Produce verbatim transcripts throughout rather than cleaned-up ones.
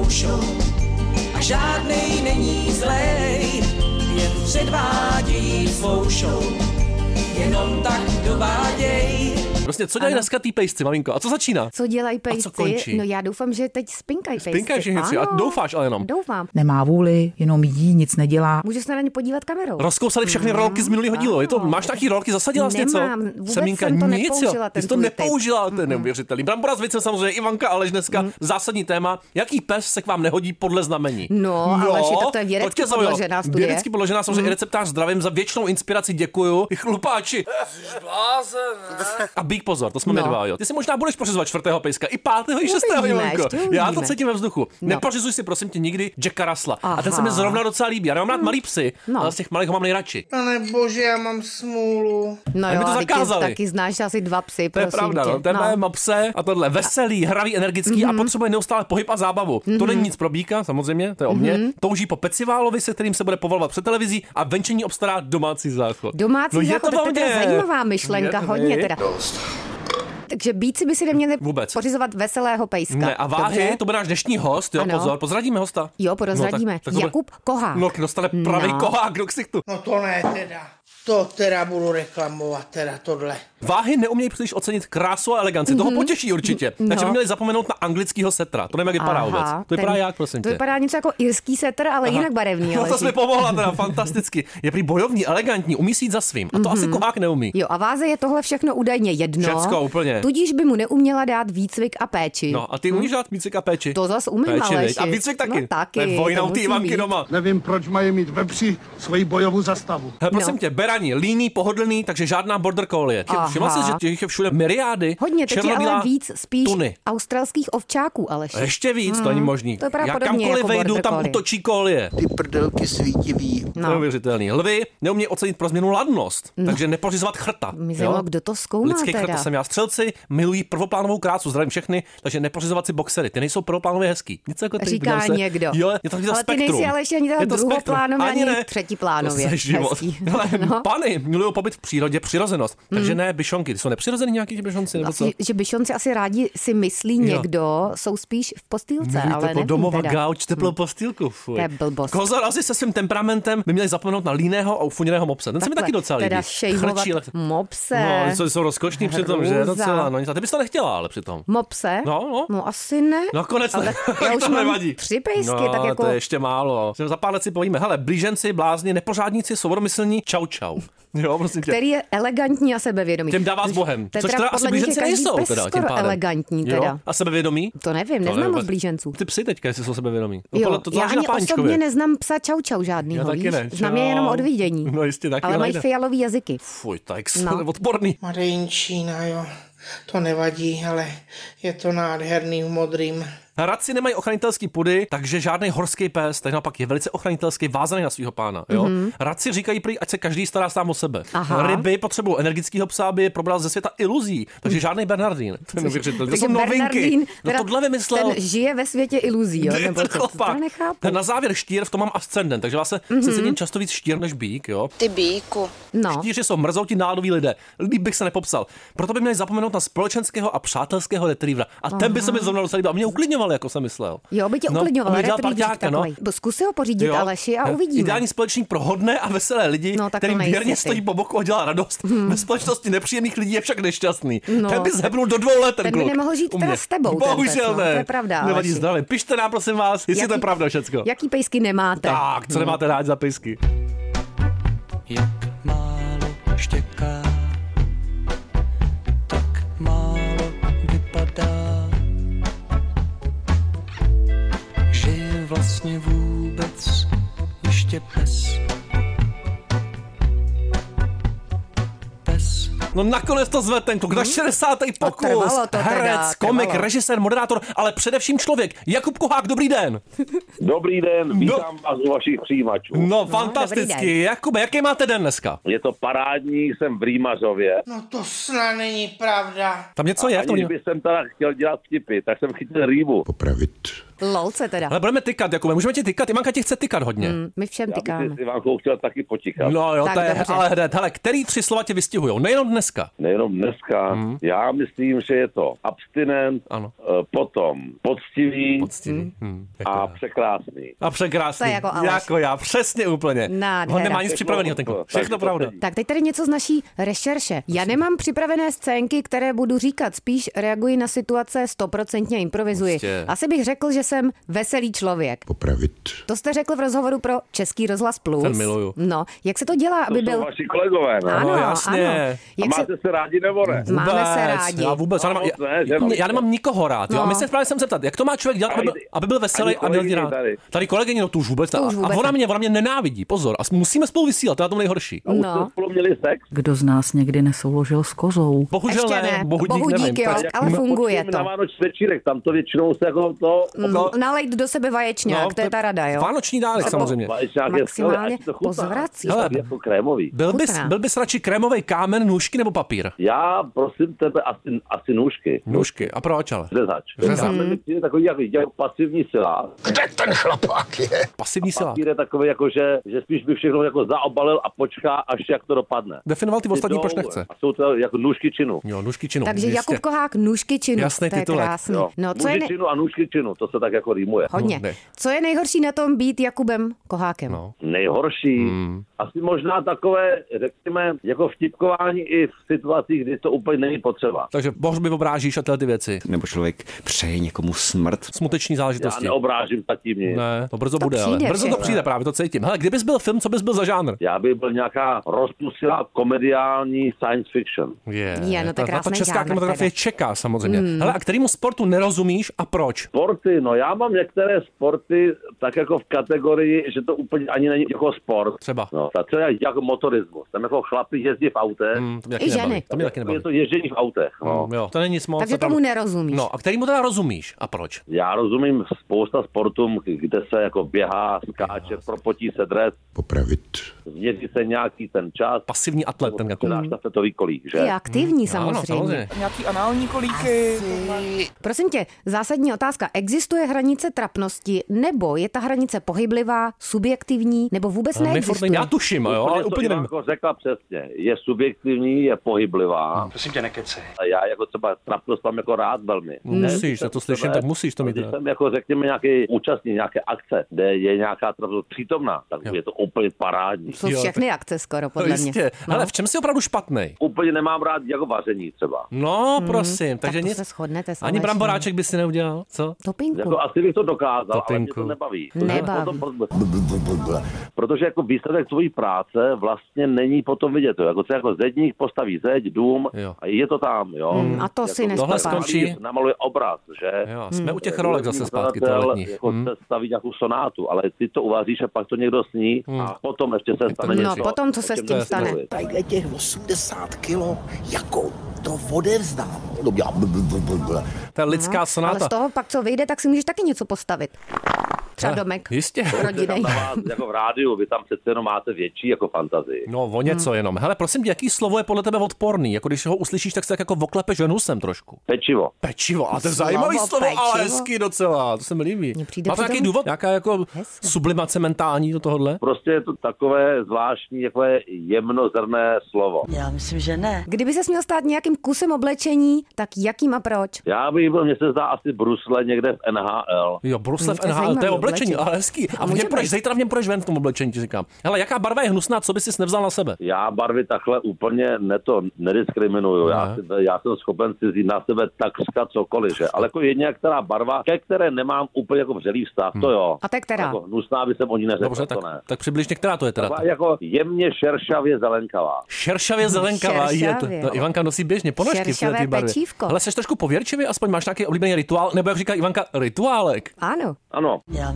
svou show. A žádnej není zlej, jen předvádějí svou show. Jenom tak dováděj. Prostě, co dělají dneska tý pejsci, maminko? A co začíná? Co dělají pejsci? A co končí? No já doufám, že teď spinkají pejsci. Spinkají všichni tři. A doufáš ale jenom? Doufám. Nemá vůli, jenom jí, nic nedělá. Můžu se na ně podívat kamerou. Rozkousali všechny rolky z minulého dílu. Je to, máš taky rolky, zasadila jsi něco? Nemám, vůbec Semínka, jsem to nic, nepoužila, jo. ten Ty jsi to tvůj nepoužila, to je neuvěřitelný. Brambora s vicem samozřejmě, Ivanka Aleš dneska, mm. zásadní téma. Jaký pes se k vám nehodí podle znamení? No, ale tak to je vědecky podložená studie. Vědecky podložená, samozřejmě mm. i receptář zdravím, za věčnou inspiraci děkuju. I chlupáči. A bík pozor, to jsme my dva, jo. Ty si možná budeš pořizovat čtvrtého pejska, i pátého, i šestého, Ivanko. Já to cítím ve vzduchu. No. Nepořizuj si prosím tě nikdy Jacka Russella. A ten se mi zrovna docela líbí. Já nemám rád malý psy, no. ale z těch malých ho mám nejradši. Pane bože, já mám smůlu. No jo, a ty taky znáš asi dva psy, prosím. To je pravda, tě. no. Tenhle má pse a tohle veselý, hravý, energický mm-hmm. a potřebuje neustále pohyb a zábavu. Mm-hmm. To není nic pro bíka, samozřejmě, to je o mně. Mm-hmm. Touží po peciválovi, se kterým se bude povolovat před televizí a venčení obstará domácí záchod. Domácí no, záchod, to, to je zajímavá myšlenka, hodně teda. Dost. Takže bíci by si neměli vůbec pořizovat veselého pejska. Ne, a váhy, dobře? To bude náš dnešní host, jo, ano. Pozor, pozradíme hosta. Jo, prozradíme. No, tak, tak Jakub bude... Kohák. No, dostane pravý no. Kohák do ksichtu. No to ne teda. To teda budu reklamovat, teda tohle. Váhy neumějí příliš ocenit krásu a eleganci. Mm-hmm. Toho potěší určitě. No. Takže by měli zapomenout na anglického setra. To nevím, jak vypadá vůbec. To vypadá jak, prosím tě. To vypadá něco jako irský setr, ale Aha. jinak barevný. No to jsi mi pomohla teda, fantasticky. Je prý bojovný, elegantní, umí si jít za svým. A to mm-hmm. asi Kohák neumí. Jo, a Váze je tohle všechno údajně jedno. Všecko úplně. Tudíž by mu neuměla dát výcvik a péči. No a ty umíš dát výcvik a péči? To zas umím, ale a výcvik taky. No, taky. To je vojna u té Ivanky doma. Nevím, proč mají mít vepři svoji bojovou zastavu. He, prosím no. tě, berani, líný, pohodlný, takže žádná border collie. Všimla jsi, že těch je všude myriády. Hodně, teď je ale víc spíš tuny. Australských ovčáků, ale ještě víc, hmm. to není možný. To je Já kamkoliv jako vejdu, tam útočí kolie. Ty prdelky svítivý. No. Neuvěřitelný. Lvy neumějí ocenit pro změnu ladnost, no. takže nepořizovat chrta. Myslelo, kdo to zkoumá Lidský teda. chrta jsem já. Střelci milují prvoplánovou krásu, zdravím všechny, takže nepořizovat si boxery. Ty nejsou prvoplánově hezký. Nic jako ty. Říká se, někdo. Jo, je to ale spektrum. Ty nejsi ale ještě ani teda druhoplánově, ani, ani třetiplánově. Ale no. Pany milují pobyt v přírodě, přirozenost. Takže ne byšonky. Ty jsou nepřirozený nějaký ti byšonci, nebo co? Že byšonci asi rádi si myslí někdo, jsou spíš v postýlce, ale nevím domova teda. gauč, teplou postýlku. Fuj. To je blbost. Kozor asi se svým temperamentem by měli zapomenout na líného a ufuněného mopse. Ten se mi taky docela líbí. Teda šejmovat mopse. No, jsou, jsou rozkoční přitom, že docela. No, ty bys to nechtěla, ale přitom. Mopse? No, no. No asi ne. No konec ale já už mám tři pejsky, no, tak jako. To je ještě málo. Za pár let si povíme, hele, blíženci, blázni, nepořádníci, svobodomyslní, čau čau. Jo, prosím tě. Který je elegantní a sebevědomý. Těm dává s Bohem. Což teda asi blíženci nejsou, teda tím pádem. Elegantní teda. Jo? A sebevědomí? To nevím, neznám moc blíženců. Ty psy teďka, jestli jsou sebevědomí. No, jo, to, to já ani osobně neznám psa čau čau žádnýho, víš? Znám je jenom od vidění. No jistě taky. Ale mají fialový jazyky. Fuj, tak no. odporný. Madejnčína, jo. To nevadí, ale je to nádherný v modrým. Radci nemají ochranitelský pudy, takže žádný horský pes, tak naopak je velice ochranitelský, vázaný na svého pána. Jo? Mm-hmm. Radci říkají prý, ať se každý stará sám o sebe. Aha. Ryby potřebují energického psa, aby je probral ze světa iluzí, takže žádný Bernardín. To, to jsou novinky. No tohle vymyslel. Ten žije ve světě iluzí, jo? Nebo ten chlapák. Ten na závěr štír, v tom mám ascendent, takže vlastně mm-hmm. se cítím často víc štír než bík, jo? Ty bíku. No. Štíři jsou mrzouti nádoví lidé. Líp bych se nepopsal. Proto by měli zapomenout na společenského a přátelského retrievera. A Aha. ten by se mi zrovna docela líbil. A mě uklidňoval, jako jsem myslel. Jo, by tě no, uklidňoval, retriever no. Zkus si ho pořídit, jo. Aleši, a uvidíme. Ideální společník pro hodné a veselé lidi, no, kterým věrně stojí po boku a dělá radost. Hmm. Ve společnosti nepříjemných lidí je však nešťastný. No. Ten by zhebnul do dvou let, ten Ten by kluk. nemohl žít teda s tebou. Bohužel ne. To je pravda, nevadí, zdravím. Pište nám, prosím vás, jestli jaký, to je pravda všecko. Jaký pejsky nemáte? Tak, co no. nemáte rád za pejsky? Jak málo štěká, tak málo vypadá, že je vlastně vůbec ještě pes. Pes. No nakonec to zve ten kluk na šedesátý pokus. To Herec, komik, režisér, moderátor, ale především člověk. Jakub Kohák, dobrý den. Dobrý den, vítám no. vás u vašich přijímačů. No, no fantasticky. Jakube, jaký máte den dneska? Je to parádní, jsem v Rýmařově. No to snad není pravda. Tam něco je? Aniž bych jsem teda chtěl dělat vtipy, tak jsem chytil rýmu. Popravit Lolce teda. Ale budeme tykat, Jakube, můžeme ti tykat. Ivanka ti chce tykat hodně. Mm, my všem tykáme. Já bych si Ivankou chtěl taky potikat. No jo, Tak to je, dobře. ale hned, hele, který tři slova tě vystihujou? Nejenom dneska. Nejenom dneska. Hmm. Já myslím, že je to abstinent, Ano. potom poctivý Poctivý. Hmm. a překrásný. A překrásný. To je jako Aleš. jako já, přesně úplně. Nádhera. On nemá nic připraveného, tenko. Všechno pravda. Tak teď tady něco z naší rešerše. Já nemám připravené scénky, které budu říkat, spíš reaguji na situace, stoprocentně improvizuji. Prostě. Asi bych řekl, že jsem veselý člověk. Popravit. To jste řekl v rozhovoru pro Český rozhlas Plus. Ten miluju. No, jak se to dělá, To aby jsou byl... vaši kolegové, ne? Ano, No, jasně. ano. A Jak se... máte se rádi nebo ne? Máme se rádi. Já vůbec, já nemám, No, ne, že já, no. já nemám nikoho rád. Jo? No. A my se právě jsem zeptat, jak to má člověk dělat, aby byl, aby byl veselý Ani a měl lidi kolegyně rád. tady. Tady kolegyně, no to už vůbec. To už a, vůbec a ona ne. mě, ona mě nenávidí, pozor. A musíme spolu vysílat, to je na tom nejhorší. A už No. jste spolu měli sex? Kdo z nás někdy nesouložil s kozou? Bohužel Ještě ne, ne. bohudík, Bohudík, nevím. jo. Tak- Ale funguje Počkej, to. Na Vánoční večírek, tam to většinou se jako to... No, nalejt do sebe vaječňák, No, to je ta rada, jo? Vánoční dárek samozřejmě. Vaječňák je skvělý, Maximálně ať to chutná. pozvrací. Hele, Jako krémový. Byl bys, Chutná. byl bys radši krémový kámen, nůžky nebo papír? Já prosím tebe asi, asi nůžky. Nůžky. A proč ale? Řezač. Řezač. Kámen mi přijde takový jako, jako pasivní sila. Pasivní sila. Papír je takový jako, že, že spíš by všechno jako zaobalil a počká, až jak to dopadne. Definoval ty ostatní, Jdou proč nechce. A jsou to jako nůžky činu. Jo, nůžky činu. Takže jistě. Jakub Kohák, nůžky činu. Jasný to je titulek. krásný. Jo. No, co je Muži ne... činu a nůžky činu, to se tak jako rýmuje. Hodně. No, ne. Co je nejhorší na tom být Jakubem Kohákem? No. Nejhorší. Hmm. Asi možná takové, řekněme, jako vtipkování i v situacích, kdy to úplně není potřeba. Takže pohřby obrážíš a tyhle ty věci. Nebo člověk přeje někomu smrt. Smuteční Já záležitosti. neobrážím zatím nic. Ne, to brzo To bude, ale přijde brzo to všechno. přijde, právě to cítím. Hele, kdybys byl film, co bys byl za žánr? Já bych byl nějaká rozpustila komediální science fiction. Je, Je, no to je ta, ta krásný česká žánr kinematografie teda. čeká samozřejmě. Hmm. Hele, a kterému sportu nerozumíš a proč? Sporty, no já mám některé sporty tak jako v kategorii, že to úplně ani není jako sport. Třeba. No, tak třeba jako motorismus. Tam jako chlapi jezdí v autech. Hmm, to mě I taky ženy. nebaví. To mě taky Je nebaví. to ježdění v autech. No. Hmm, jo, to není nic moc. Takže to tam- tomu nerozumíš. No, a kterému teda rozumíš a proč? Já rozumím spousta sportům, kde se jako běhá, skáče, propotí se dres, Popravit. změří se nějaký ten čas. Pasivní atlet ten Jakub. Dáš štafetový kolík, že? Je aktivní Ano, samozřejmě. samozřejmě. Nějaký anální kolíky. Prosím tě, zásadní otázka. Existuje hranice trapnosti, nebo je ta hranice pohyblivá, subjektivní, nebo vůbec My furt neexistuje? nevím, já tuším, jo, ale to úplně nevím. Ivanko řekla přesně. Je subjektivní, je pohyblivá. Prosím tě, nekecej. A já jako třeba trapnost mám jako rád velmi. Musíš, já to slyším, tak musíš to mít Když rád. jsem jako řekněme nějaký účastník nějaké akce, kde je nějaká trapnost přítomná, tak Jo. je to úplně parádní. Jsou Jo, všechny akce skoro, podle mě. Jistě. Hele, v čem jsi opravdu špatnej? Úplně nemám rád jako vaření třeba. No, prosím, takže tak to nic. se shodnete s Ani Alešem. bramboráček by si neudělal, co? Topinku. Jako asi bych to dokázal, ale mě Topinku. to nebaví. Nebaví. Potom- Protože jako výsledek tvojí práce vlastně není potom vidět. Jo. Jako, jako zedník postaví zeď, dům Jo. a je to tam. Jo. Hmm, a to jako, si nespotáš. Tohle skončí. Namaluje obraz, že? Jo, jsme u těch Jako rolek zase zpátky skladatel toaletních. Jako Hm. se staví nějakou sonátu, ale ty to uvaříš a pak to někdo sní a potom ještě se stane No, něco. potom, co se o čem s tím to je stane. mluvit. Tadyhle těch osmdesát kilo, jako to odevzdám. No, já... To je lidská Ale sonáta. z toho pak, co vyjde, tak si můžeš taky něco postavit. Třeba domek. Jistě. Rodinnej. Tam na vás, jako v rádiu, vy tam přece jenom máte větší jako fantazii. No, o něco jenom. Hele, prosím tě, jaký slovo je podle tebe odporný? Jako když ho uslyšíš, tak se tak jako oklepeš hnusem trošku. Pečivo. Pečivo, a to je Slovo zajímavý slovo, ale pečivo. hezký docela, to se mi líbí. Mně přijde Má to nějaký přitom důvod? Nějaká jako hezké. sublimace mentální do tohohle? Prostě je to takové zvláštní, takové jemnozrné slovo. Já myslím, že ne. Kdyby se měl stát nějakým kusem oblečení, tak jakým a proč? Já bych byl, mně se zdá asi Brusle někde v N H L. Jo, Brusle v to je N H L, to je zajímavý oblečení, oblečení. ale hezký. A v může něm proč, být. zítra v něm proč ven v tom oblečení, ti říkám. Hele, jaká barva je hnusná, co by si nevzal na sebe? Já barvy takhle úplně ne to nediskriminuju. Já, Ne. si, já jsem schopen si vzít na sebe takřka cokoliv, že? Ale jako je nějaká barva, ke které nemám úplně jako vřelý vztah, to jo. A to je která? Jako hnusná by jsem o ní neřekl, Dobře, tak, to ne. tak přibližně, která to je teda? Taková jako jemně šeršavě zelenkavá. Šeršavě zelenkavá je to. Šeršavě. No, Ivanka nosí běžně ponožky v Šeršavé této barvě. pečívko. Ale jsi trošku pověrčivý, aspoň máš nějaký oblíbený rituál, nebo jak říká Ivanka, rituálek. Ano. Ano. Já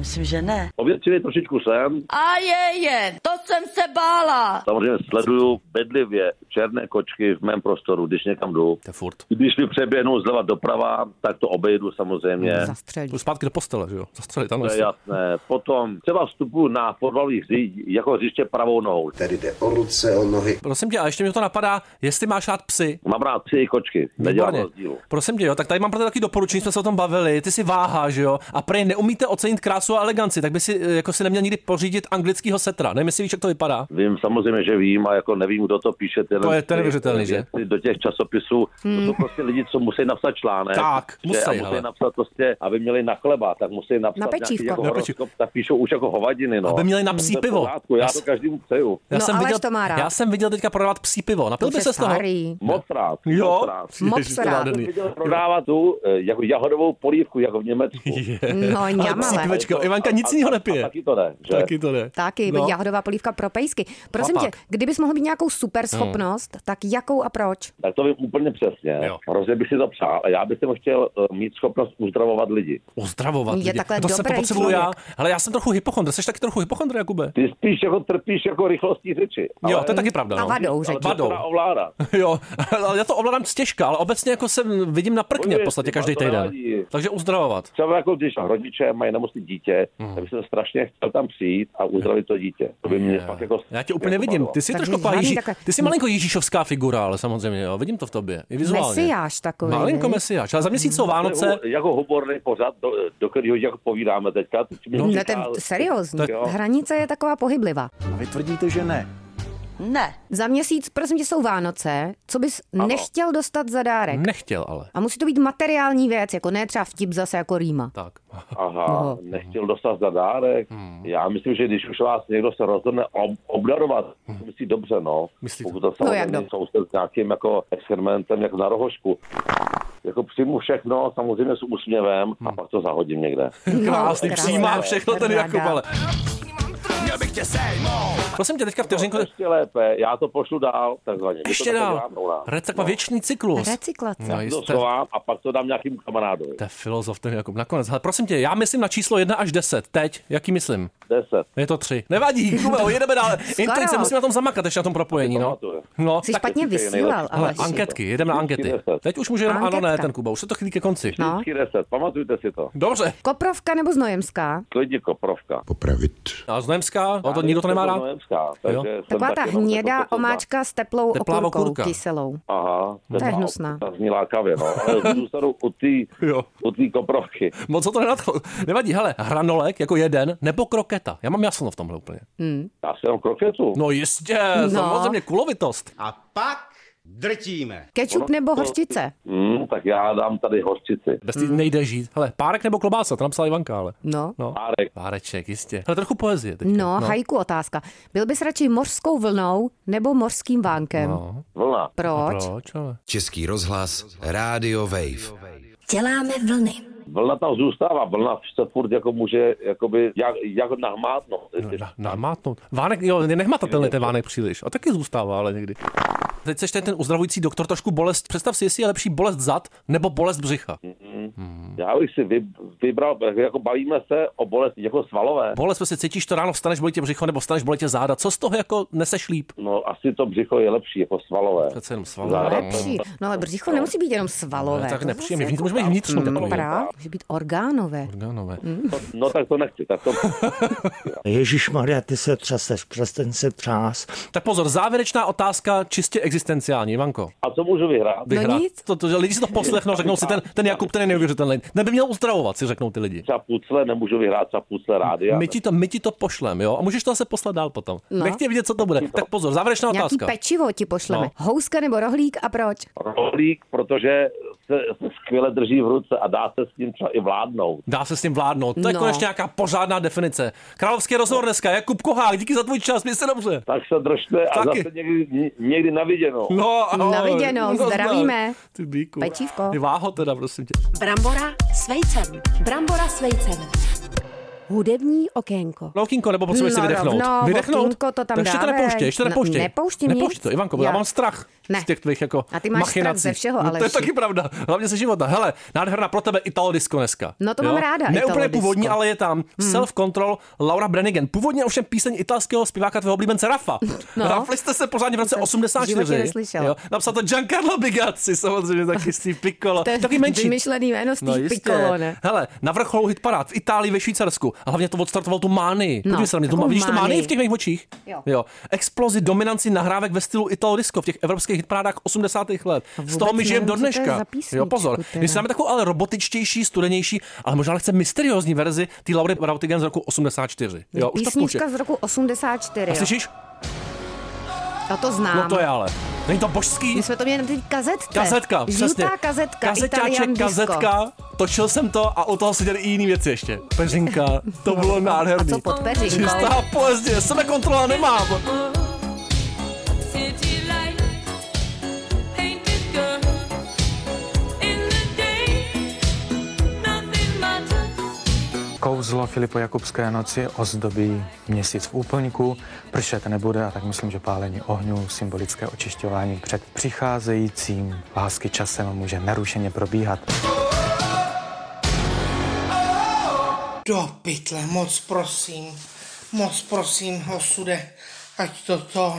myslím, že ne. Ovětřili trošičku sem. A je, je, to jsem se bála. Samozřejmě sleduju bedlivě černé kočky v mém prostoru, když někam jdu. To je furt. Když mi přeběhnou zleva doprava, tak to obejdu samozřejmě. Zastřelí. Zpátky do postele, že jo? Zastřelí tam. To je jasné. Potom třeba vstupu na fotbalový hřiště jako hřiště pravou nohou. Tady jde o ruce, o nohy. Prosím tě, a ještě mě to napadá, jestli máš rád psy. Mám rád psy i kočky. Nedělám rozdílu. Prosím tě, jo, tak tady mám pro tebe taky doporučení, jsme se o tom bavili. Ty si váha, že jo? A prej neumíte ocenit krásu a eleganci, tak by si jako si neměl nikdy pořídit anglického setra. Nevím, jestli víš, jak to vypadá. Vím, samozřejmě, že vím, a jako nevím, kdo to píše. To je neuvěřitelný, že? Do těch časopisů hmm. to jsou prostě lidi, co musí napsat článek. Tak, musí, že, a musí napsat prostě, aby měli na chleba, tak musí napsat na nějaký jako na horoskop, tak píšou už jako hovadiny, no. Aby měli na psí pivo. Já to každému přeju. Já, no, jsem viděl, to má rád. já jsem viděl teďka prodávat psí pivo. Napil by se z toho? Moc rád. Jo, moc rád. Moc rád. Jsem viděl prodávat tu jako jahodovou polívku, jako v Německu. No, ňamale. Ivanka nic jiného nepije. Taky to jde, že? Taky to jde. Taky, no. Jahodová polívka pro pejsky. Prosím Chlapák. tě, kdybys mohl mít nějakou super schopnost, hmm. tak jakou a proč? Tak to vím úplně přesně. Jo. Hrozně bych si to přál. A já bych si chtěl uh, mít schopnost uzdravovat lidi. Uzdravovat Je lidi. takhle To se dobrý potřebuju člověk. já. Ale já jsem trochu hypochondr. Jsi taky trochu hypochondr, Jakube? Ty spíš jako trpíš jako rychlostí řeči. Jo, ale... to je taky pravda. A No. vadou řeči. Ale to se dá ovládat. Jo, ale já to ovládám stěžka, ale obecně jako se vidím na prkně v podstatě každý týden. Takže uzdravovat. Třeba jako když rodiče mají nemocný dítě, hmm. tak bych se strašně chtěl tam přijít a uzdravit to dítě. To by mě fakt jako... Já tě úplně jako vidím. bavilo. Ty jsi Tak trošku žádný Ježí... takhle- Ty jsi malinko Ježíšovská figura, ale samozřejmě, jo. Vidím to v tobě. I vizuálně. Mesiáš takový. Malinko ne? mesiáš. Ale za měsíc jsou Vánoce. Jako huborný pořad, do, do kterého jako povídáme teďka. No, ne, to je seriózní. Jo. Hranice je taková pohyblivá. A vy tvrdíte, že ne. Ne. Za měsíc, prosím tě, jsou Vánoce. Co bys Ano. nechtěl dostat za dárek? Nechtěl ale. A musí to být materiální věc, jako ne třeba vtip zase jako rýma. Tak. Aha, No. nechtěl dostat za dárek. Hmm. Já myslím, že když už vás někdo se rozhodne ob- obdarovat, hmm. to myslí dobře, no. Myslí Pokud to. to No, jak samozřejmě do- soused s nějakým jako experimentem, jako na rohošku. Jako přijmu všechno, samozřejmě s úsměvem, hmm. a pak to zahodím někde. Krásný, krásná. přijímá všechno ten Rada. Jakub, ale... Prosím tě, teďka vteřinku... Ještě lépe, já to pošlu dál, takzvaně. My Ještě to takhle dál. děláme u nás. Recykla věčný cyklus. Recyklace. No, To jste, schovám a pak to dám nějakým kamarádovi. to je filozof ten Jakub. Nakonec, ale prosím tě, já myslím na číslo jedna až deset. Teď, jaký myslím? Deset. Je to tři. Nevadí, Kubo, jedeme dál. Intuice, musíme na tom zamakat ještě na tom propojení, no. Pamatuju. No, Jsi tak, špatně určitě je vysílal, nejlepší. hele, ale anketky, jedeme na ankety. deset. Teď už může jenom ano, ne, Anketka. ten Kuba, už se to chýlí ke konci. No. Vždycky deset, pamatujte si to. Dobře. Koprovka nebo Znojemská? Klidně Koprovka. Popravit. A Znojemská? O, to nikdo to nemá rád? Znojemská, takže Jo. jsem Taková ta taky jenom hnědá jako to znám. omáčka s teplou Teplá okurkou okurka. kyselou. Aha, To je hnusná. Ta zní lákavě, no. Ale zůstanu u té Jo. u té Koprovky. Moc o to nenadchlo. Nevadí, hele, hranolek jako jeden nebo kroketa. Já mám jasno v tomhle úplně. Já si jenom kroketu. No jistě, No. samozřejmě kulovitost. A pak drtíme. Kečup nebo hořčice? Hmm, tak já dám tady hořčici. Bez tý nejde žít. Hele, párek nebo klobása, to napsala Ivanka, ale. No. No. Párek. Páreček, jistě. Ale trochu poezie teďka. No, hajku otázka. Byl bys radši mořskou vlnou nebo mořským vánkem? No. Vlna. Proč? Proč, ale? Český rozhlas, Rádio Wave. Děláme vlny. Vlna tam zůstává, vlna se furt jako může, jakoby, jak, jak nahmátnout. No, na, namátnout. Vánek, jo, je nehmatatelný ten vánek příliš. A taky zůstává, ale někdy. Teď seš tady ten uzdravující doktor, trošku bolest. Představ si, jestli je lepší bolest zad nebo bolest břicha. Mm-hmm. Hmm. Já bych si vy, vybral, jako bavíme se o bolesti jako svalové. Bolest, prostě cítíš to ráno, vstaneš, bolí tě břicho, nebo vstaneš, bolí tě záda. Co z toho jako neseš líp? No asi to břicho je lepší, jako svalové. Přece jenom svalové. Lepší. No ale břicho nemusí být jenom svalové. Ne, tak To nepříjemně. zase To může být vnitřní jako- takový. Právě, může být orgánové. Orgánové. Mm. No, no tak to nechci, tak to... Ježišmarja, ty se třeseš, přestaň se třás. Tak pozor, závěrečná otázka čistě existenciální, Ivanko. A co můžu vyhrát? Vyhrát. No nic. To, to, že lidi si to poslechnou, řeknou si, ten, ten Jakub, ten je neuvěřitelný. Neby měl uzdravovat, si řeknou ty lidi. Třeba pucle, nemůžu vyhrát třeba pucle rádia. My ti to, my ti to pošlem, jo? A můžeš to zase poslat dál potom. No. Nechtěj vidět, co to bude. Tak pozor, závěrečná Nějaký otázka. pečivo ti pošleme. No. Houska nebo rohlík a proč? Rohlík, protože se, se skvěle drží v ruce a dá se s tím třeba i vládnout. Dá se s tím vládnout. To je No. konečně nějaká pořádná definice. Královský rozhovor dneska. Jakub Kohák, díky za tvůj čas, měj se dobře. Tak se držte a Taky. zase někdy, někdy na viděnou. No, ahoj. Na viděnou, No, zdravíme. Ty bíku. Pečívko. Ty váho teda, prosím tě. Brambora s vejcem. Brambora s vejcem. Hudební okénko. No, okýnko, nebo potřebuješ no, si vydechnout. No, vydechnout? Okýnko to tam ještě to nepouště, ještě to nepouště. No, nepouštím Nepouště nic. to, Ivanko, já, já mám strach ne. z těch tvých jako A ty máš machinací. strach ze všeho, no, ale to je taky pravda, hlavně ze života. Hele, nádherná pro tebe Italo disco dneska. No to jo? mám ráda, Ne Italo úplně disco. původní, ale je tam hmm. Self-Control Laura Branigan. Původně ovšem píseň italského zpěváka tvého oblíbence Rafa. No. Rafli jste se pořádně v roce osmdesát čtyři. Jo? Napsal to Giancarlo Bigazzi, samozřejmě taky Steve Piccolo. Taky menší. Vymyšlený jméno Steve no, Piccolo, ne? Hele, na vrcholu hitparád v Itálii, ve Švýcarsku. A hlavně to odstartoval tu mánii. No, Podívej se na mě, tu, vidíš tu mánii v těch mých očích? Jo. jo. Explozi dominanci nahrávek ve stylu Italo disco v těch evropských hitparádách osmdesátých let. Z toho my žijeme do dneška. Jo, pozor. My si dáme takovou ale robotičtější, studenější, ale možná lehce mysteriózní verzi té Laury Branigan z roku osmdesát čtyři. Jo, už to písnička z roku osmdesát čtyři. A slyšíš? Já to znám. No to je ale. Není to božský? My jsme to měli na té kazetce. Kazetka, přesně. Žlutá kazetka, Kazeťáček, kazetka, točil jsem to a u toho seděli i jiný věci ještě. Peřinka, to bylo nádherný. A co pod peřinkou? Čistá poezdě, sebekontrola nemám. Kouzlo Filipo Jakubské noci ozdobí měsíc v úplňku, pršet nebude a tak myslím, že pálení ohňů, symbolické očišťování před přicházejícím lásky časem může nerušeně probíhat. Do pytle, moc prosím, moc prosím, osude, ať toto...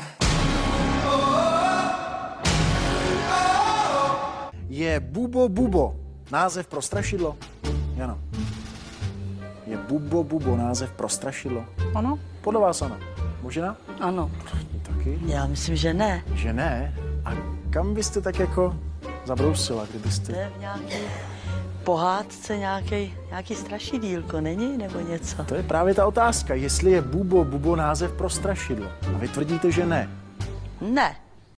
Je Bubo Bubo název pro strašidlo? Jano. Je Bubo Bubo název pro strašidlo? Ano. Podle vás ano. Možná? Ano. Taky? Já myslím, že ne. Že ne? A kam byste tak jako zabrousila, kdybyste... To je v nějaký pohádce nějaký, nějaký strašidílko, není? Nebo něco? To je právě ta otázka, jestli je Bubo Bubo název pro strašidlo. A vy tvrdíte, že ne. Ne.